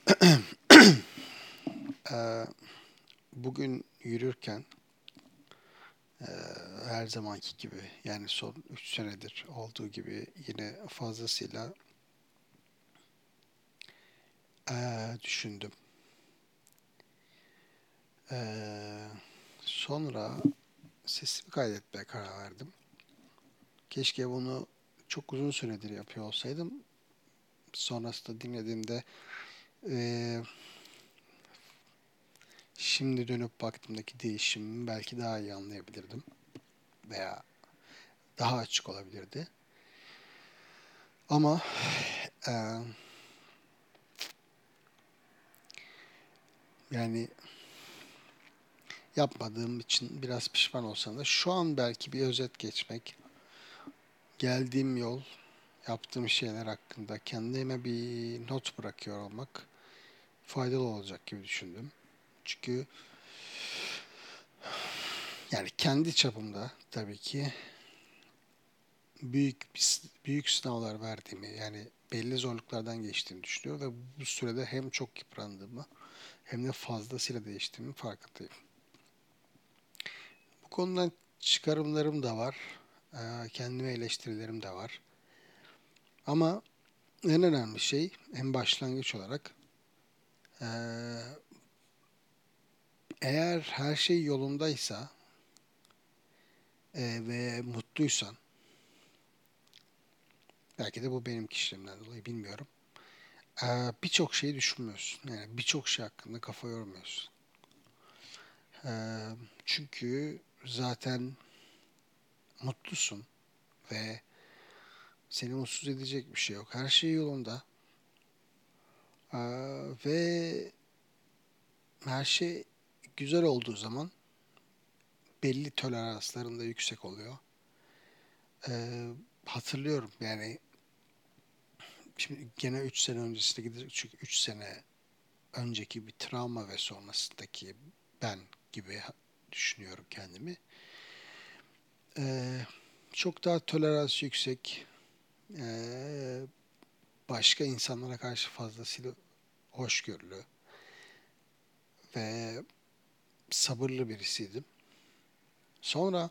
Eee, Bugün yürürken eee, her zamanki gibi yani son 3 senedir olduğu gibi yine fazlasıyla düşündüm. Eee, Sonra sesimi kaydetmeye karar verdim. Keşke bunu çok uzun süredir yapıyor olsaydım. Sonrasında dinlediğimde eee, şimdi dönüp baktığımdaki değişimimi belki daha iyi anlayabilirdim veya daha açık olabilirdi. Ama eee, yani yapmadığım için biraz pişman olsam da şu an belki bir özet geçmek, geldiğim yol, yaptığım şeyler hakkında kendime bir not bırakıyor olmak faydalı olacak gibi düşündüm. Çünkü yani kendi çapımda tabii ki büyük sınavlar verdiğimi yani belli zorluklardan geçtiğimi düşünüyorum ve bu sürede hem çok yıprandığımı hem de fazlasıyla değiştiğimin farkındayım. Bu konudan çıkarımlarım da var, kendime eleştirilerim de var. Ama en önemli şey en başlangıç olarak eee, eğer her şey yolundaysa ve mutluysan belki de bu benim kişiliğimden dolayı bilmiyorum. Birçok şeyi düşünmüyorsun. Yani birçok şey hakkında kafa yormuyorsun. Eee, Çünkü zaten mutlusun ve seni mutsuz edecek bir şey yok. Her şey yolunda. Ve her şey güzel olduğu zaman belli toleransların da yüksek oluyor. Eee, Hatırlıyorum yani şimdi gene 3 sene öncesine gidecek çünkü 3 sene önceki bir travma ve sonrasındaki ben gibi düşünüyorum kendimi. Eee, Çok daha tolerans yüksek, eee, başka insanlara karşı fazlasıyla hoşgörülü ve sabırlı birisiydim. Sonra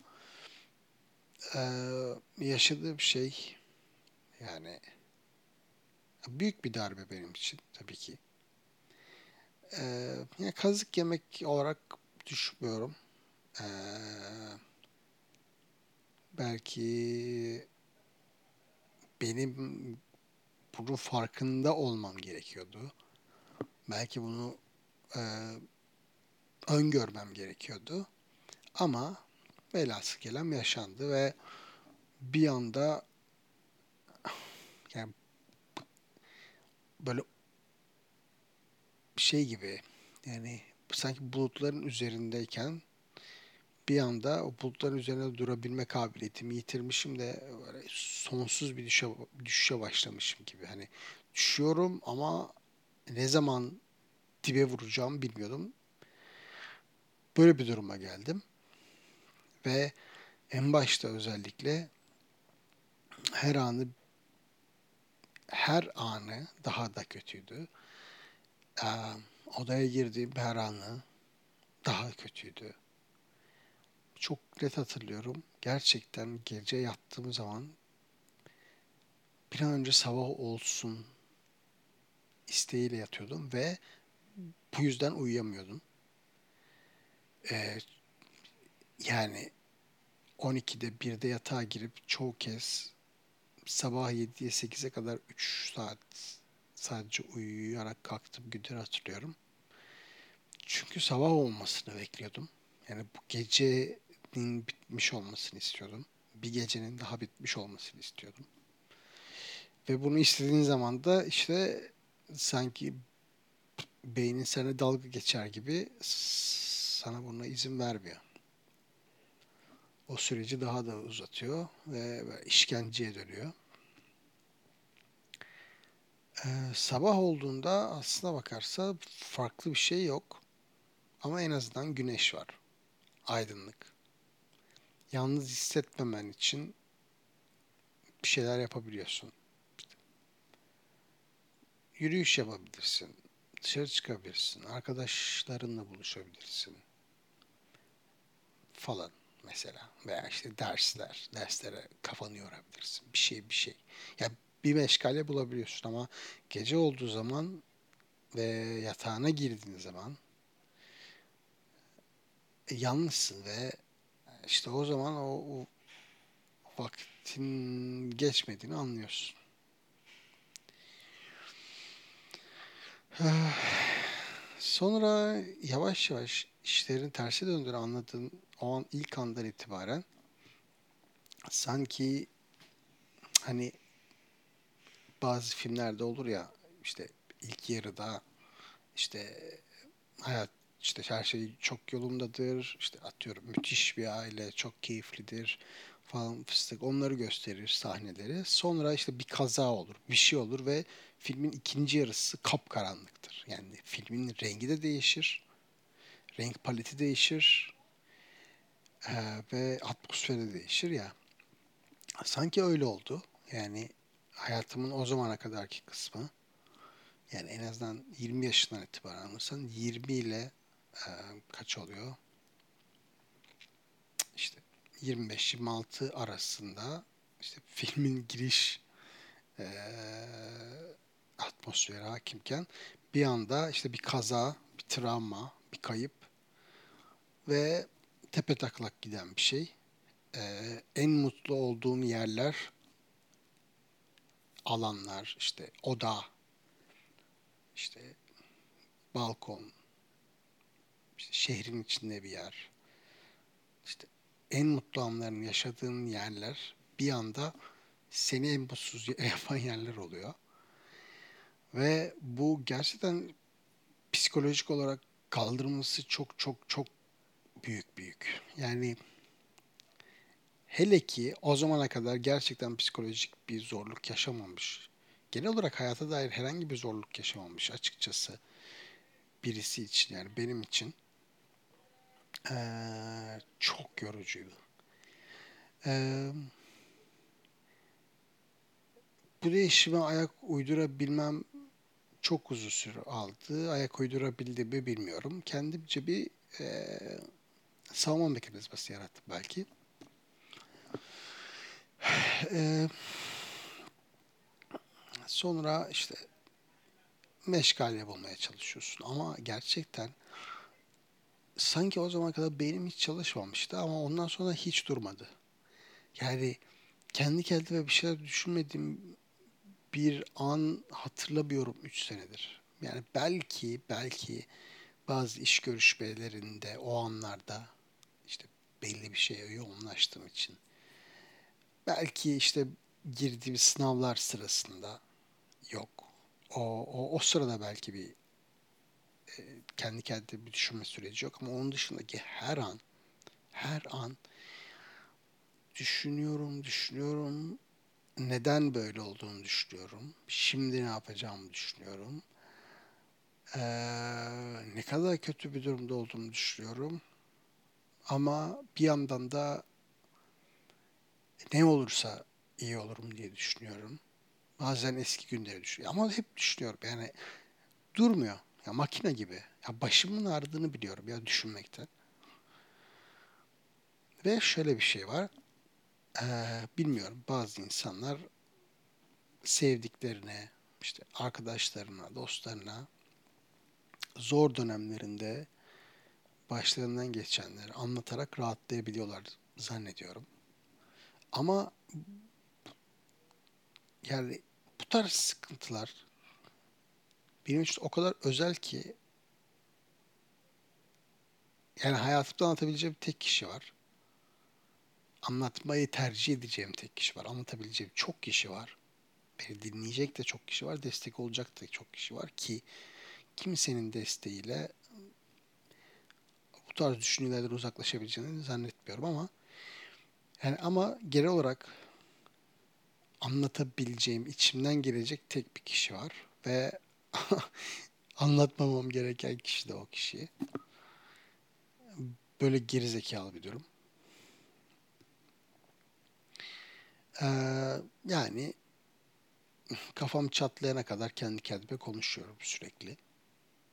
yaşadığım şey yani büyük bir darbe benim için tabii ki. Yani kazık yemek olarak düşünmüyorum. Eee, Belki benim bunun farkında olmam gerekiyordu. Belki bunu e, öngörmem gerekiyordu. Ama velhasıl kelam yaşandı ve bir anda yani böyle bir şey gibi yani sanki bulutların üzerindeyken bir anda o bulutların üzerinde durabilme kabiliyetimi yitirmişim de böyle sonsuz bir düşüşe başlamışım gibi. Hani düşüyorum ama ne zaman dibe vuracağımı bilmiyordum. Böyle bir duruma geldim ve en başta özellikle her anı her anı daha da kötüydü. Ee, Odaya girdiğim her anı daha kötüydü. Çok net hatırlıyorum. Gerçekten gece yattığım zaman bir an önce sabah olsun isteğiyle yatıyordum ve bu yüzden uyuyamıyordum. Ee, Yani 12'de 1'de yatağa girip çoğu kez sabah 7'ye 8'e kadar 3 saat sadece uyuyarak kalktım günleri hatırlıyorum. Çünkü sabah olmasını bekliyordum. Yani bu gecenin bitmiş olmasını istiyordum. Bir gecenin daha bitmiş olmasını istiyordum. Ve bunu istediğin zaman da işte sanki beynin sana dalga geçer gibi sana buna izin vermiyor. O süreci daha da uzatıyor ve böyle işkenceye dönüyor. Sabah olduğunda aslına bakarsa farklı bir şey yok. Ama en azından güneş var. Aydınlık. Yalnız hissetmemen için bir şeyler yapabiliyorsun. Yürüyüş yapabilirsin. dışarı çıkabilirsin, arkadaşlarınla buluşabilirsin falan mesela. Veya işte derslere kafanı yorabilirsin. Bir şey. Ya bir meşgale bulabiliyorsun ama gece olduğu zaman ve yatağına girdiğin zaman yalnızsın ve işte o zaman o vaktin geçmediğini anlıyorsun. Sonra yavaş yavaş işlerin tersi döndüğünü anladığın o an ilk andan itibaren sanki hani bazı filmlerde olur ya işte ilk yarıda işte hayat işte her şey çok yolundadır. İşte atıyorum müthiş bir aile, çok keyiflidir falan fıstık. Onları gösterir sahneleri. Sonra işte bir kaza olur, bir şey olur ve filmin ikinci yarısı kapkaranlıktır. Yani filmin rengi de değişir, renk paleti değişir ve atmosferi de değişir ya. Sanki öyle oldu. Yani hayatımın o zamana kadarki kısmı yani en azından 20 yaşından itibaren alırsan 20 ile e, kaç oluyor? İşte 25-26 arasında işte filmin giriş eee atmosferi hakimken bir anda işte bir kaza, bir travma, bir kayıp ve tepetaklak giden bir şey. En mutlu olduğum yerler, alanlar, işte oda, işte balkon, işte şehrin içinde bir yer. İşte en mutlu anlarını yaşadığın yerler bir anda seni en mutsuz yapan yerler oluyor. Ve bu gerçekten psikolojik olarak kaldırması çok çok çok büyük. Yani hele ki o zamana kadar gerçekten psikolojik bir zorluk yaşamamış. Genel olarak hayata dair herhangi bir zorluk yaşamamış açıkçası birisi için yani benim için çok yorucuydu. Eee, Bu değişime ayak uydurabilmem çok uzun süre aldı. Ayak uydurabildiğimi bilmiyorum. Kendimce bir eee savunma mekanizması yarattım belki. Eee, Sonra işte meşgale bulmaya çalışıyorsun ama gerçekten sanki o zamana kadar beynim hiç çalışmamıştı ama ondan sonra hiç durmadı. Yani kendi kendime bir şeyler düşünmediğim bir an hatırlamıyorum 3 senedir. Yani belki bazı iş görüşmelerinde o anlarda işte belli bir şeye yoğunlaştığım için belki işte girdiğim sınavlar sırasında yok. O sırada belki bir kendi kendine bir düşünme süreci yok ama onun dışındaki her an düşünüyorum. Neden böyle olduğunu düşünüyorum. Şimdi ne yapacağımı düşünüyorum. Ne kadar kötü bir durumda olduğumu düşünüyorum. Ama bir yandan da ne olursa iyi olurum diye düşünüyorum. Bazen eski günleri düşünüyorum. Ama hep düşünüyorum. Yani durmuyor. Ya makine gibi. Ya başımın ağrıdığını biliyorum ya düşünmekten. Ve şöyle bir şey var. Bilmiyorum bazı insanlar sevdiklerine, işte arkadaşlarına, dostlarına zor dönemlerinde başlarından geçenleri anlatarak rahatlayabiliyorlar zannediyorum. Ama yani bu tarz sıkıntılar benim için o kadar özel ki yani hayatımda anlatabileceğim tek kişi var. Anlatmayı tercih edeceğim tek kişi var. Anlatabileceğim çok kişi var. Beni dinleyecek de çok kişi var. Destek olacak da çok kişi var ki kimsenin desteğiyle bu tarz düşüncelerden uzaklaşabileceğini zannetmiyorum ama genel olarak anlatabileceğim, içimden gelecek tek bir kişi var ve anlatmamam gereken kişi de o kişi. Böyle gerizekalı bir durum. Yani kafam çatlayana kadar kendi kendime konuşuyorum sürekli.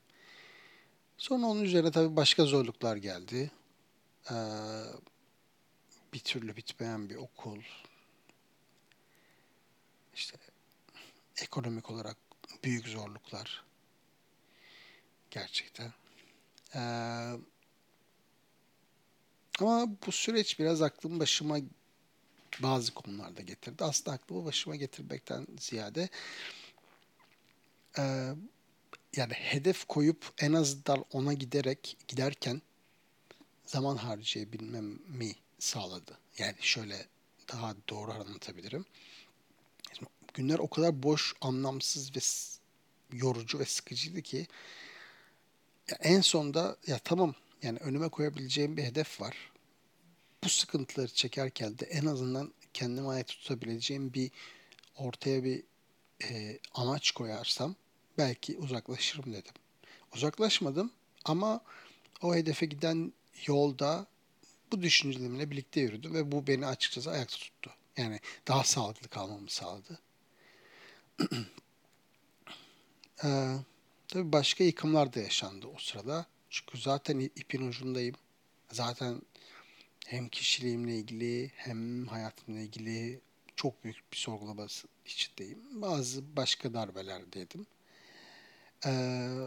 Sonra onun üzerine tabii başka zorluklar geldi. Ee, Bir türlü bitmeyen bir okul, işte ekonomik olarak büyük zorluklar gerçekten. Ee, Ama bu süreç biraz aklımı başıma bazı konularda getirdi. Aslında aklımı başıma getirmekten ziyade e, yani hedef koyup en azından ona giderken zaman harcayabilmemi sağladı. Yani şöyle daha doğru anlatabilirim. Şimdi günler o kadar boş, anlamsız ve yorucu ve sıkıcıydı ki ya en sonda ya tamam, yani önüme koyabileceğim bir hedef var. Bu sıkıntıları çekerken de en azından kendime ait tutabileceğim ortaya bir amaç koyarsam belki uzaklaşırım dedim. Uzaklaşmadım ama o hedefe giden yolda bu düşüncelerimle birlikte yürüdüm ve bu beni açıkçası ayakta tuttu. Yani daha sağlıklı kalmamı sağladı. Ee, tabii başka yıkımlar da yaşandı o sırada. Çünkü zaten ipin ucundayım. Zaten hem kişiliğimle ilgili hem hayatımla ilgili çok büyük bir sorgulaması içindeyim. Bazı başka darbelerdeydim. Ee,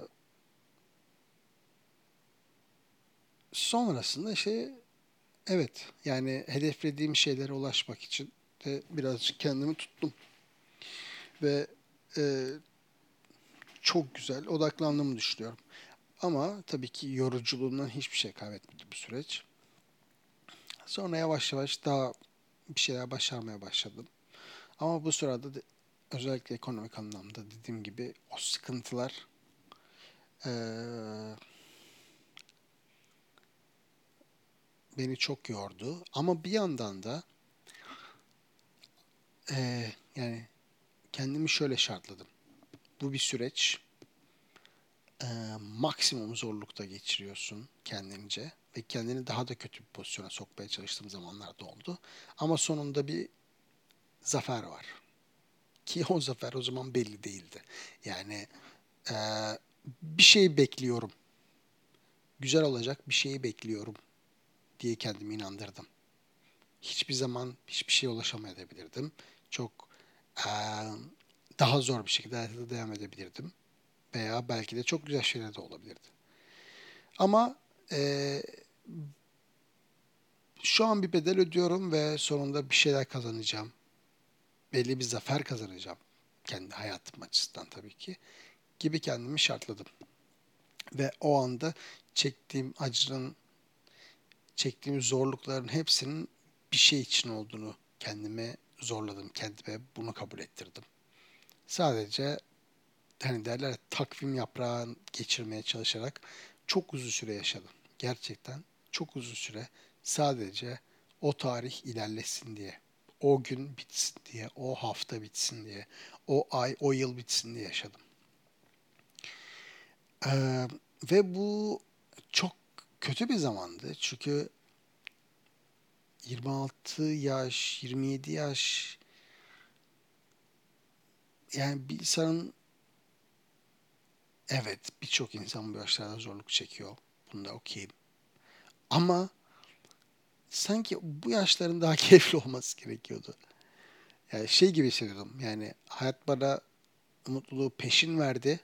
Sonrasında evet, yani hedeflediğim şeylere ulaşmak için de birazcık kendimi tuttum ve e, çok güzel odaklandığımı düşünüyorum. Ama tabii ki yoruculuğundan hiçbir şey kaybetmedi bu süreç. Sonra yavaş yavaş daha bir şeyler başarmaya başladım. Ama bu sırada özellikle ekonomik anlamda dediğim gibi o sıkıntılar eee, beni çok yordu. Ama bir yandan da yani kendimi şöyle şartladım. Bu bir süreç. Maksimum zorlukta geçiriyorsun kendince ve kendini daha da kötü bir pozisyona sokmaya çalıştığım zamanlar da oldu. Ama sonunda bir zafer var. Ki o zafer o zaman belli değildi. Yani eee, bir şey bekliyorum. Güzel olacak bir şeyi bekliyorum diye kendimi inandırdım. Hiçbir zaman hiçbir şeye ulaşamayabilirdim. Çok eee, daha zor bir şekilde hayata devam edebilirdim. Veya belki de çok güzel şeyler de olabilirdi. Ama eee, şu an bir bedel ödüyorum ve sonunda bir şeyler kazanacağım. Belli bir zafer kazanacağım. Kendi hayatım açısından tabii ki. Gibi kendimi şartladım. Ve o anda çektiğim acının, çektiğim zorlukların hepsinin bir şey için olduğunu kendime zorladım. Kendime bunu kabul ettirdim. Sadece hani derler ya, takvim yaprağı geçirmeye çalışarak çok uzun süre yaşadım. Gerçekten çok uzun süre sadece o tarih ilerlesin diye, o gün bitsin diye, o hafta bitsin diye, o ay, o yıl bitsin diye yaşadım. Ee, Ve bu çok kötü bir zamandı. Çünkü 26 yaş, 27 yaş, yani bir insanın, evet, birçok insan bu yaşlarda zorluk çekiyor. Bunda okeyim. Ama sanki bu yaşların daha keyifli olması gerekiyordu. Yani şey gibi hissediyordum. Yani hayat bana mutluluğu peşin verdi.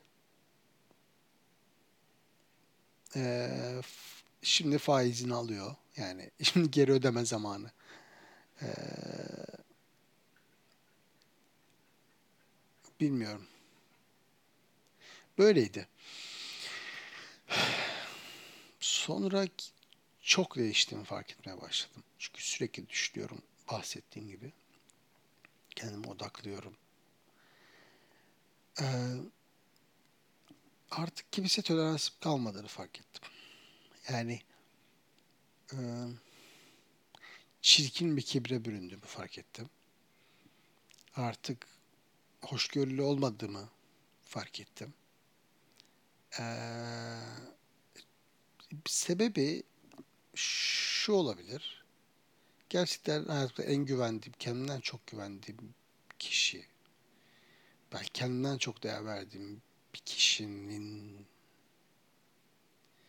Şimdi faizini alıyor. Yani şimdi geri ödeme zamanı. Ee, Bilmiyorum. Böyleydi. Sonra çok değiştiğimi fark etmeye başladım. Çünkü sürekli düşünüyorum, bahsettiğim gibi. Kendime odaklıyorum. Ee, Artık kimse toleransım kalmadığını fark ettim. Yani e, çirkin bir kibre büründüğümü fark ettim. Artık hoşgörülü olmadığımı fark ettim. Ee, Sebebi şu olabilir. Gerçekten hayatımda en güvendiğim, kendimden çok güvendiğim kişi, belki kendimden çok değer verdiğim bir kişinin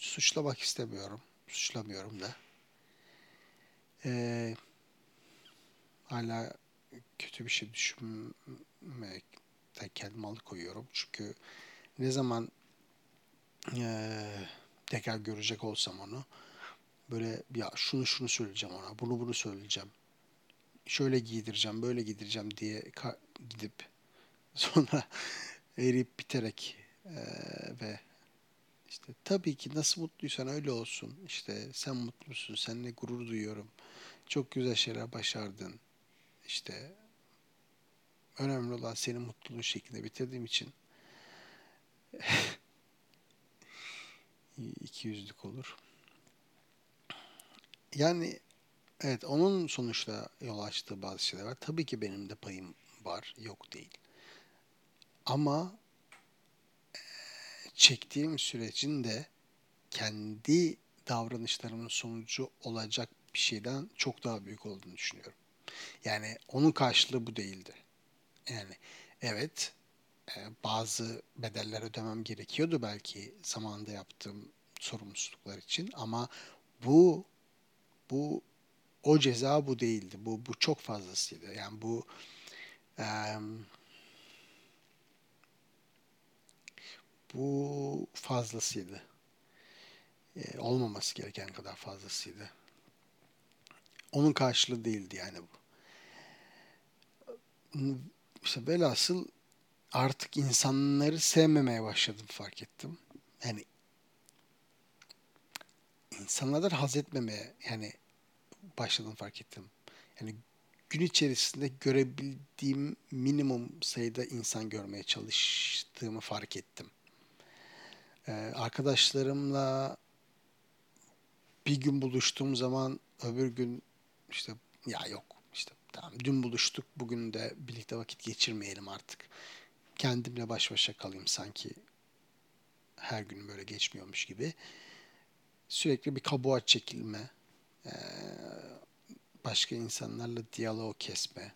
suçlamak istemiyorum. Suçlamıyorum da. Ee, Hala kötü bir şey düşünmekten kendimi alıkoyuyorum. Çünkü ne zaman tekrar görecek olsam onu, böyle ya şunu söyleyeceğim ona, bunu söyleyeceğim, şöyle giydireceğim, böyle giydireceğim diye gidip sonra eriyip biterek ve işte tabii ki nasıl mutluysan öyle olsun. İşte sen mutlusun, seninle gurur duyuyorum. Çok güzel şeyler başardın. İşte önemli olan senin mutluluğun şeklinde bitirdiğim için iki yüzlük olur. Yani evet, onun sonuçta yol açtığı bazı şeyler var. Tabii ki benim de payım var, yok değil. Ama çektiğim sürecin de kendi davranışlarımın sonucu olacak bir şeyden çok daha büyük olduğunu düşünüyorum. Yani onun karşılığı bu değildi. Yani evet, bazı bedeller ödemem gerekiyordu belki zamanında yaptığım sorumsuzluklar için, ama bu bu o ceza bu değildi. Bu çok fazlasıydı. Yani bu fazlasıydı. Olmaması gereken kadar fazlasıydı. Onun karşılığı değildi yani bu. İşte velhasıl artık insanları sevmemeye başladım, fark ettim. Yani insanlardan haz etmemeye yani başladım, fark ettim. Yani gün içerisinde görebildiğim minimum sayıda insan görmeye çalıştığımı fark ettim. Arkadaşlarımla bir gün buluştuğum zaman öbür gün işte ya yok işte tamam, dün buluştuk, bugün de birlikte vakit geçirmeyelim artık. Kendimle baş başa kalayım, sanki her gün böyle geçmiyormuş gibi. Sürekli bir kabuğa çekilme, ee, başka insanlarla diyalog kesme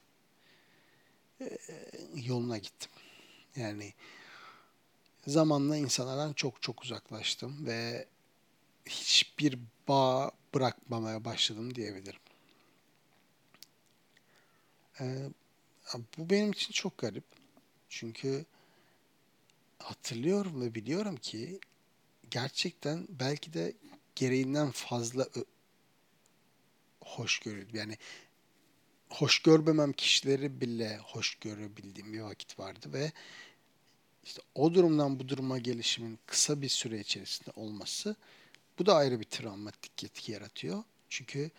yoluna gittim. Yani zamanla insanlardan çok çok uzaklaştım ve hiçbir bağ bırakmamaya başladım diyebilirim. Ee, Bu benim için çok garip. Çünkü hatırlıyorum ve biliyorum ki gerçekten belki de gereğinden fazla hoş görüyordum. Yani hoş görmemem kişileri bile hoş görebildiğim bir vakit vardı ve işte o durumdan bu duruma gelişimin kısa bir süre içerisinde olması, bu da ayrı bir travmatik etki yaratıyor. Çünkü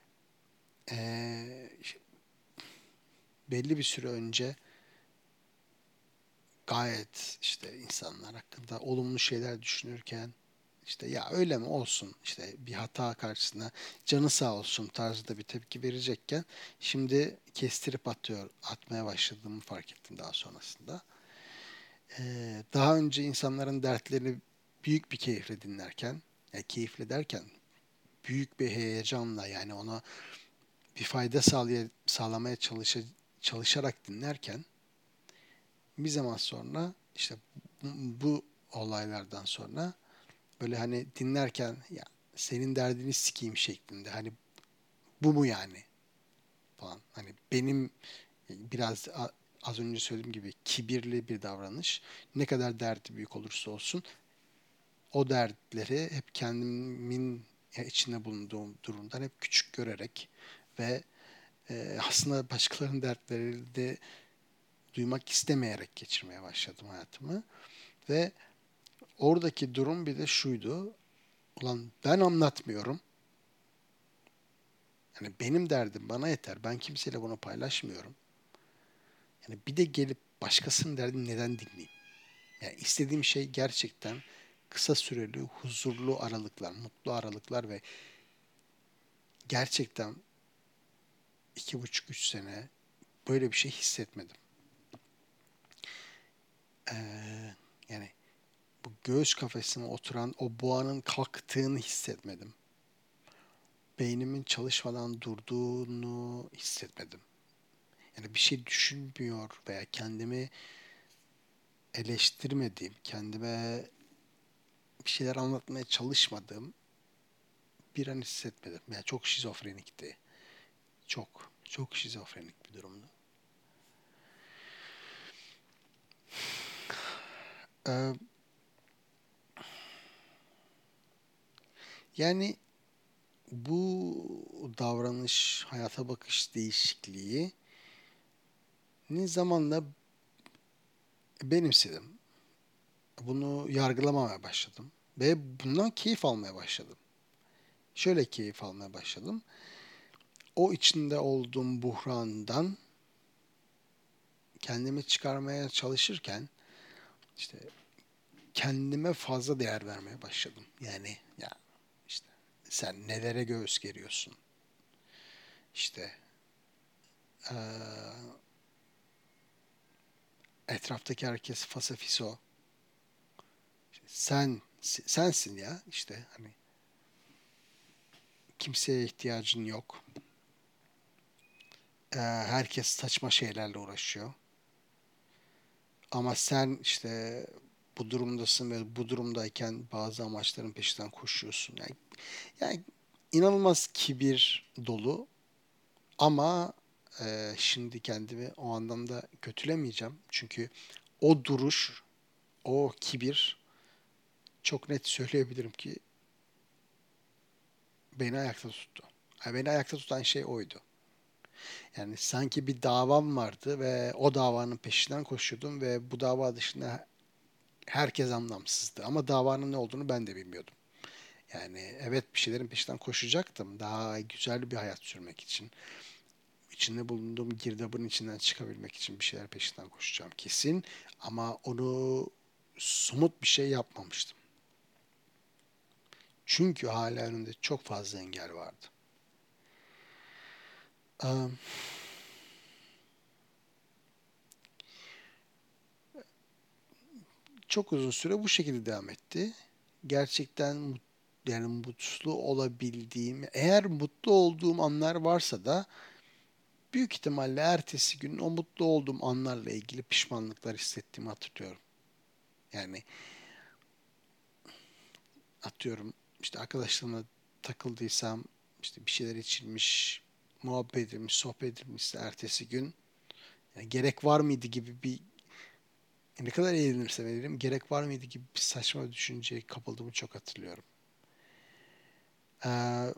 işte belli bir süre önce gayet işte insanlar hakkında olumlu şeyler düşünürken, işte ya öyle mi olsun, işte bir hata karşısında canı sağ olsun tarzında bir tepki verecekken, şimdi kestirip atmaya başladığımı fark ettim daha sonrasında. Daha önce insanların dertlerini büyük bir keyifle dinlerken, yani keyifle derken büyük bir heyecanla, yani ona bir fayda sağlamaya çalışarak dinlerken, bir zaman sonra işte bu olaylardan sonra böyle hani dinlerken ya senin derdini sikeyim şeklinde, hani bu mu yani falan, hani benim biraz az önce söylediğim gibi kibirli bir davranış, ne kadar derdi büyük olursa olsun o dertleri hep kendimin içinde bulunduğum durumdan hep küçük görerek ve aslında başkalarının dertlerini de duymak istemeyerek geçirmeye başladım hayatımı. Ve oradaki durum bir de şuydu. Ulan ben anlatmıyorum. Yani benim derdim bana yeter. Ben kimseyle bunu paylaşmıyorum. Yani bir de gelip başkasının derdini neden dinleyeyim? Yani istediğim şey gerçekten kısa süreli, huzurlu aralıklar, mutlu aralıklar ve gerçekten 2,5-3 sene böyle bir şey hissetmedim. Yani bu göğüs kafesime oturan o boğanın kalktığını hissetmedim. Beynimin çalışmadan durduğunu hissetmedim. Yani bir şey düşünmüyor veya kendimi eleştirmediğim, kendime bir şeyler anlatmaya çalışmadığım bir an hissetmedim. Yani çok şizofrenikti. Çok, çok şizofrenik bir durumdu. Ee, Yani bu davranış, hayata bakış değişikliği ni zamanla benimsedim. Bunu yargılamamaya başladım. Ve bundan keyif almaya başladım. Şöyle keyif almaya başladım. O içinde olduğum buhrandan kendimi çıkarmaya çalışırken işte kendime fazla değer vermeye başladım. Yani ya işte sen nelere göğüs geriyorsun? İşte eee, etraftaki herkes fasafiso. Sensin ya işte hani kimseye ihtiyacın yok. Herkes saçma şeylerle uğraşıyor. Ama sen işte bu durumdasın ve bu durumdayken bazı amaçların peşinden koşuyorsun. Yani inanılmaz kibir dolu ama şimdi kendimi o anlamda kötülemeyeceğim. Çünkü o duruş, o kibir çok net söyleyebilirim ki beni ayakta tuttu. Yani beni ayakta tutan şey oydu. Yani sanki bir davam vardı ve o davanın peşinden koşuyordum ve bu dava dışında herkes anlamsızdı. Ama davanın ne olduğunu ben de bilmiyordum. Yani evet bir şeylerin peşinden koşacaktım. Daha güzel bir hayat sürmek için. İçinde bulunduğum girdabın içinden çıkabilmek için bir şeyler peşinden koşacağım kesin. Ama onu somut bir şey yapmamıştım. Çünkü hala önümde çok fazla engel vardı. Am, Çok uzun süre bu şekilde devam etti. Gerçekten yani mutlu olabildiğim, eğer mutlu olduğum anlar varsa da büyük ihtimalle ertesi gün o mutlu olduğum anlarla ilgili pişmanlıklar hissettiğimi hatırlıyorum. Yani atıyorum işte arkadaşlarımla takıldıysam işte bir şeyler içilmiş, muhabbet edilmiş, sohbet edilmişse ertesi gün yani gerek var mıydı gibi bir ne kadar eğlenirsem eğlenirim gerek var mıydı gibi bir saçma bir düşünceye kapıldığımı çok hatırlıyorum. Ee,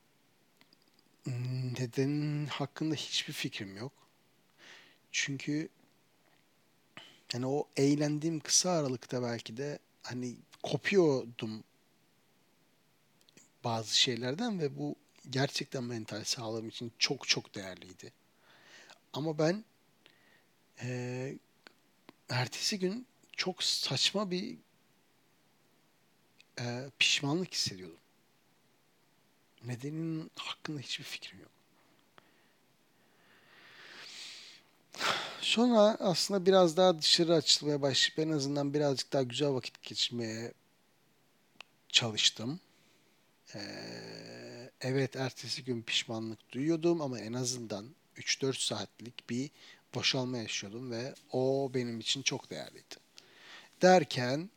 Neden hakkında hiçbir fikrim yok. Çünkü yani o eğlendiğim kısa aralıkta belki de hani kopuyordum bazı şeylerden ve bu gerçekten mental sağlığım için çok çok değerliydi. Ama ben eee, ertesi gün çok saçma bir pişmanlık hissediyordum. Nedeninin hakkında hiçbir fikrim yok. Sonra aslında biraz daha dışarı açılmaya başlayıp en azından birazcık daha güzel vakit geçirmeye çalıştım. Evet ertesi gün pişmanlık duyuyordum ama en azından 3-4 saatlik bir boşalma yaşıyordum ve o benim için çok değerliydi. Derken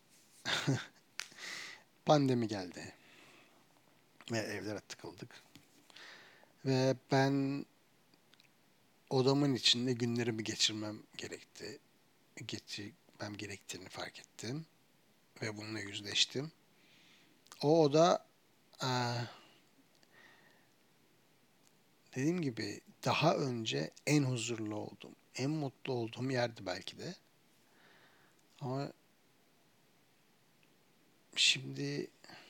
pandemi geldi ve evlere tıkıldık. Ve ben odamın içinde günlerimi geçirmem gerekti. Geçirmem gerektiğini fark ettim ve bununla yüzleştim. O oda dediğim gibi daha önce en huzurlu olduğum, en mutlu olduğum yerdi belki de. Ama şimdi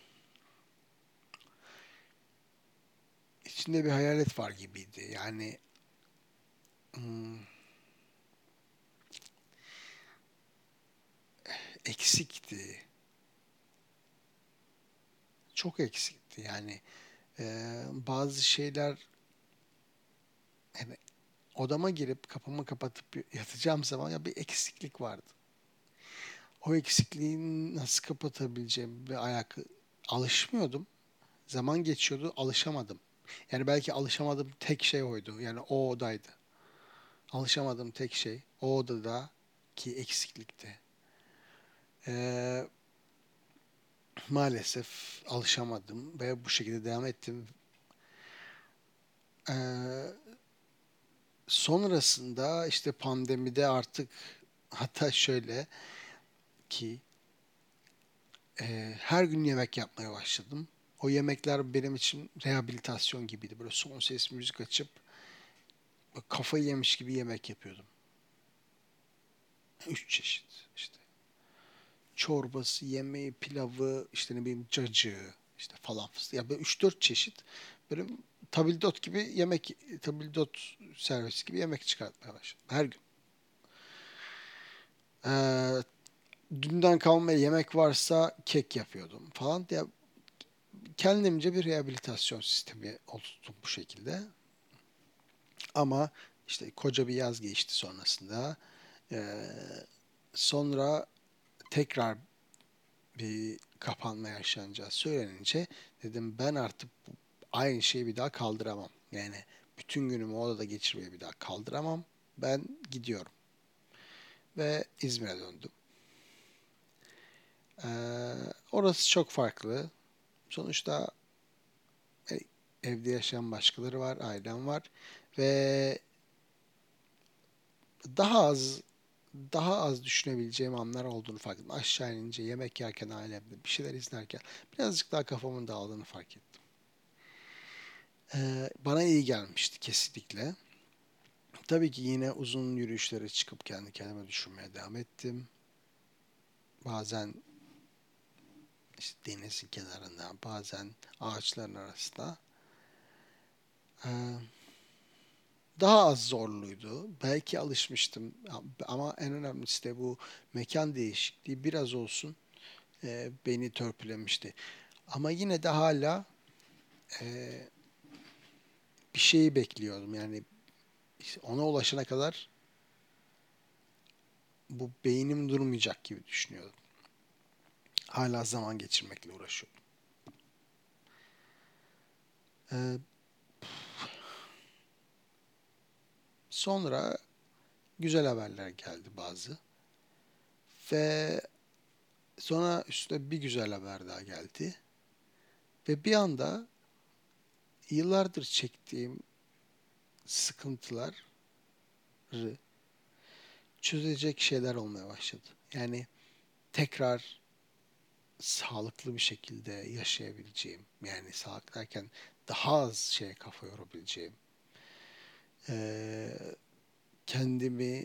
içinde bir hayalet var gibiydi. Yani hmm, eksikti. Çok eksikti. Yani bazı şeyler yani odama girip kapımı kapatıp yatacağım zaman ya bir eksiklik vardı. O eksikliği nasıl kapatabileceğim ve alışmıyordum. Zaman geçiyordu, alışamadım. Yani belki alışamadığım tek şey oydu. Yani o odaydı. Alışamadığım tek şey o odada ki eksiklikti. Ee, maalesef alışamadım ve bu şekilde devam ettim. Ee, Sonrasında işte pandemide artık, hatta şöyle ki her gün yemek yapmaya başladım. O yemekler benim için rehabilitasyon gibiydi. Böyle son ses müzik açıp kafayı yemiş gibi yemek yapıyordum. Üç çeşit işte. Çorbası, yemeği, pilavı, işte ne bileyim cacığı, işte falan fıstığı. Ya böyle 3-4 çeşit böyle tabildot gibi yemek, tabildot servisi gibi yemek çıkartmaya başladım. Her gün. Ee, Dünden kalma yemek varsa kek yapıyordum falan. Ya, kendimce bir rehabilitasyon sistemi oluşturdum bu şekilde. Ama işte koca bir yaz geçti sonrasında. Ee, Sonra tekrar bir kapanma yaşanacağı söylenince dedim ben artık aynı şeyi bir daha kaldıramam. Yani bütün günümü odada geçirmeyi bir daha kaldıramam. Ben gidiyorum ve İzmir'e döndüm. Ee, Orası çok farklı. Sonuçta e, evde yaşayan başkaları var, ailem var ve daha az daha az düşünebileceğim anlar olduğunu fark ettim. Aşağı inince yemek yerken ailemde bir şeyler izlerken birazcık daha kafamın dağıldığını fark ettim. Bana iyi gelmişti kesinlikle. Tabii ki yine uzun yürüyüşlere çıkıp kendi kendime düşünmeye devam ettim. Bazen işte denizin kenarında, bazen ağaçların arasında. Ee, Daha az zorluydu. Belki alışmıştım ama en önemlisi de bu mekan değişikliği biraz olsun beni törpülemişti. Ama yine de hala e, bir şeyi bekliyordum. Yani işte ona ulaşana kadar bu beynim durmayacak gibi düşünüyordum. Hala zaman geçirmekle uğraşıyordum. Ee, Sonra güzel haberler geldi bazı. Ve sonra üstüne bir güzel haber daha geldi. Ve bir anda yıllardır çektiğim sıkıntıları çözecek şeyler olmaya başladı. Yani tekrar sağlıklı bir şekilde yaşayabileceğim, yani sağlık derken daha az şeye kafa yorabileceğim, eee, kendimi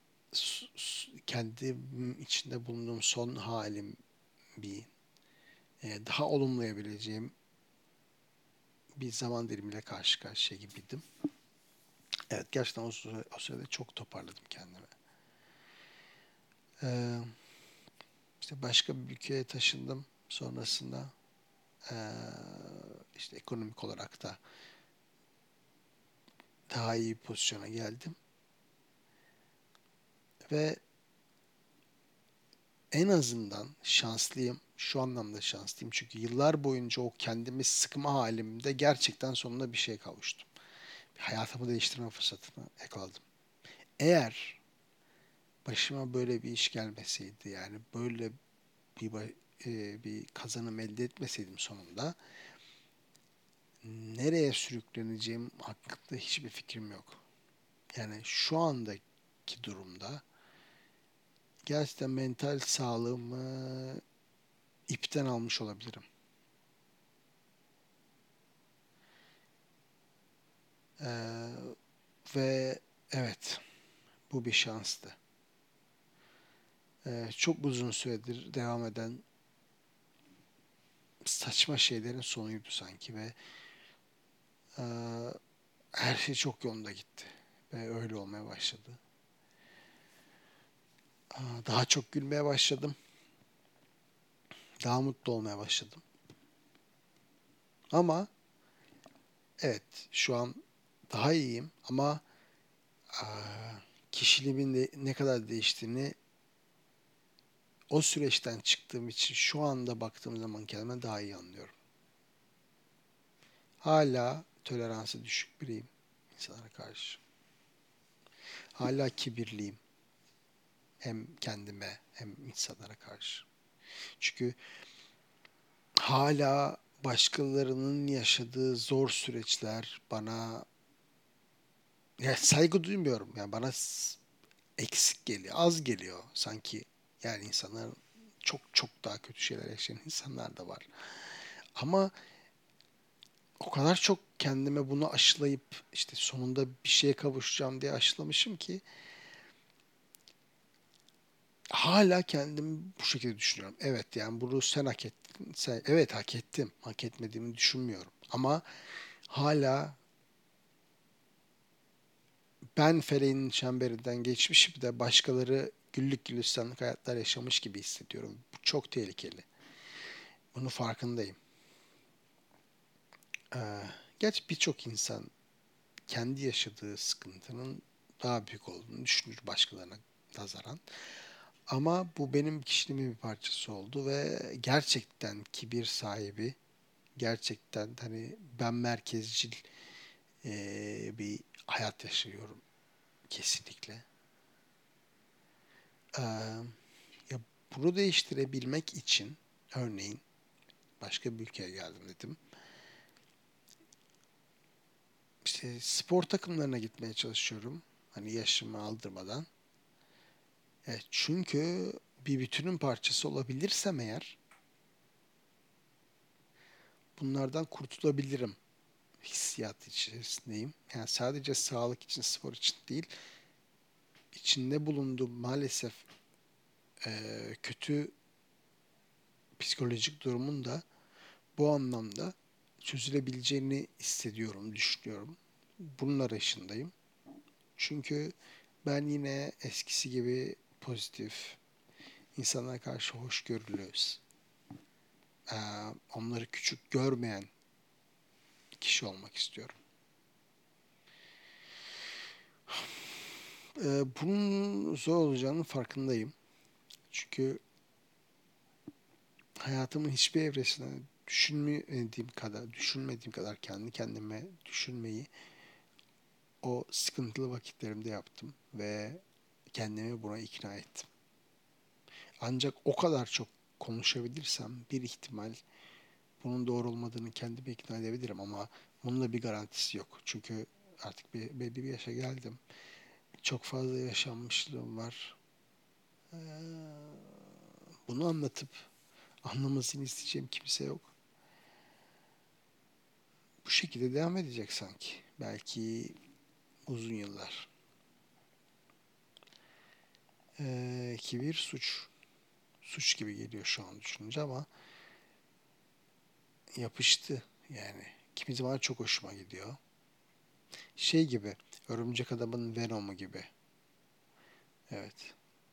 kendim içinde bulunduğum son halim bir daha olumlayabileceğim bir zaman dilimiyle karşı karşıya gibiydim. Evet, gerçekten o sırada çok toparladım kendimi. Eee işte başka bir ülkeye taşındım sonrasında. Eee işte ekonomik olarak da daha iyi bir pozisyona geldim. Ve en azından şanslıyım. Şu anlamda şanslıyım. Çünkü yıllar boyunca o kendimi sıkma halimde gerçekten sonunda bir şeye kavuştum. Hayatımı değiştirme fırsatını yakaladım. Eğer başıma böyle bir iş gelmeseydi, yani böyle bir bir kazanım elde etmeseydim sonunda, nereye sürükleneceğim hakkında hiçbir fikrim yok. Yani şu andaki durumda gerçekten mental sağlığımı ipten almış olabilirim. Ee, Ve evet, bu bir şanstı. Çok uzun süredir devam eden saçma şeylerin sonuydu sanki ve e, her şey çok yolunda gitti ve öyle olmaya başladı. Daha çok gülmeye başladım, daha mutlu olmaya başladım. Ama evet, şu an daha iyiyim ama kişiliğimin de ne kadar değiştiğini o süreçten çıktığım için şu anda baktığım zaman kendime daha iyi anlıyorum. Hala toleransı düşük biriyim insanlara karşı. Hala kibirliyim. Hem kendime hem insanlara karşı. Çünkü hala başkalarının yaşadığı zor süreçler bana, ya saygı duymuyorum. Yani bana eksik geliyor, az geliyor sanki. Yani insanlar çok çok daha kötü şeyler yaşayan insanlar da var. Ama o kadar çok kendime bunu aşılayıp işte sonunda bir şeye kavuşacağım diye aşılamışım ki hala kendimi bu şekilde düşünüyorum. Evet, yani bunu sen hak ettin. Evet, hak ettim. Hak etmediğimi düşünmüyorum. Ama hala ben feleğin çemberinden geçmişim de başkaları güllük gülistanlık hayatlar yaşamış gibi hissediyorum. Bu çok tehlikeli. Bunun farkındayım. Ee, Gerçi birçok insan kendi yaşadığı sıkıntının daha büyük olduğunu düşünür başkalarına nazaran. Ama bu benim kişiliğimin bir parçası oldu ve gerçekten kibir sahibi, gerçekten hani ben merkezcil bir hayat yaşıyorum kesinlikle. Ee, Ya bunu değiştirebilmek için örneğin başka bir ülkeye geldim dedim. İşte spor takımlarına gitmeye çalışıyorum. Hani yaşımı aldırmadan. Çünkü bir bütünün parçası olabilirsem eğer bunlardan kurtulabilirim hissiyatı içerisindeyim. Yani sadece sağlık için, spor için değil, içinde bulunduğum maalesef kötü psikolojik durumun da bu anlamda çözülebileceğini hissediyorum, düşünüyorum. Bunun arayışındayım. Çünkü ben yine eskisi gibi pozitif, insanlara karşı hoşgörülü, eee, onları küçük görmeyen kişi olmak istiyorum. Bunun zor olacağının farkındayım. Çünkü hayatımın hiçbir evresinde düşünmediğim kadar kendi kendime düşünmeyi o sıkıntılı vakitlerimde yaptım ve kendimi buna ikna ettim. Ancak o kadar çok konuşabilirsem bir ihtimal bunun doğru olmadığını kendime ikna edebilirim ama bunun da bir garantisi yok. Çünkü artık belli bir yaşa geldim. Çok fazla yaşanmışlığım var. Ee, Bunu anlatıp anlamasını isteyeceğim kimse yok. Bu şekilde devam edecek sanki. Belki uzun yıllar. Kibir suç. Suç gibi geliyor şu an düşününce ama yapıştı yani. Kimi zaman çok hoşuma gidiyor. Şey gibi, Örümcek Adam'ın Venom'u gibi. Evet.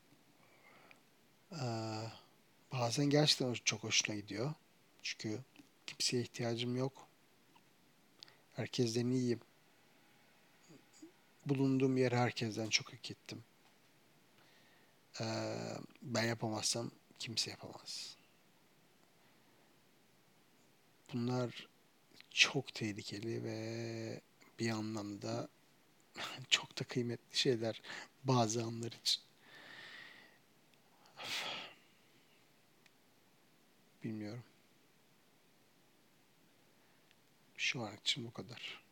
Ee, Bazen gerçekten çok hoşuna gidiyor. Çünkü kimseye ihtiyacım yok. Herkesten iyiyim. Bulunduğum yeri herkesten çok hak ettim. Ben yapamazsam kimse yapamaz. Bunlar çok tehlikeli ve bir anlamda çok da kıymetli şeyler bazı anlar için. Bilmiyorum. Şu an için bu kadar.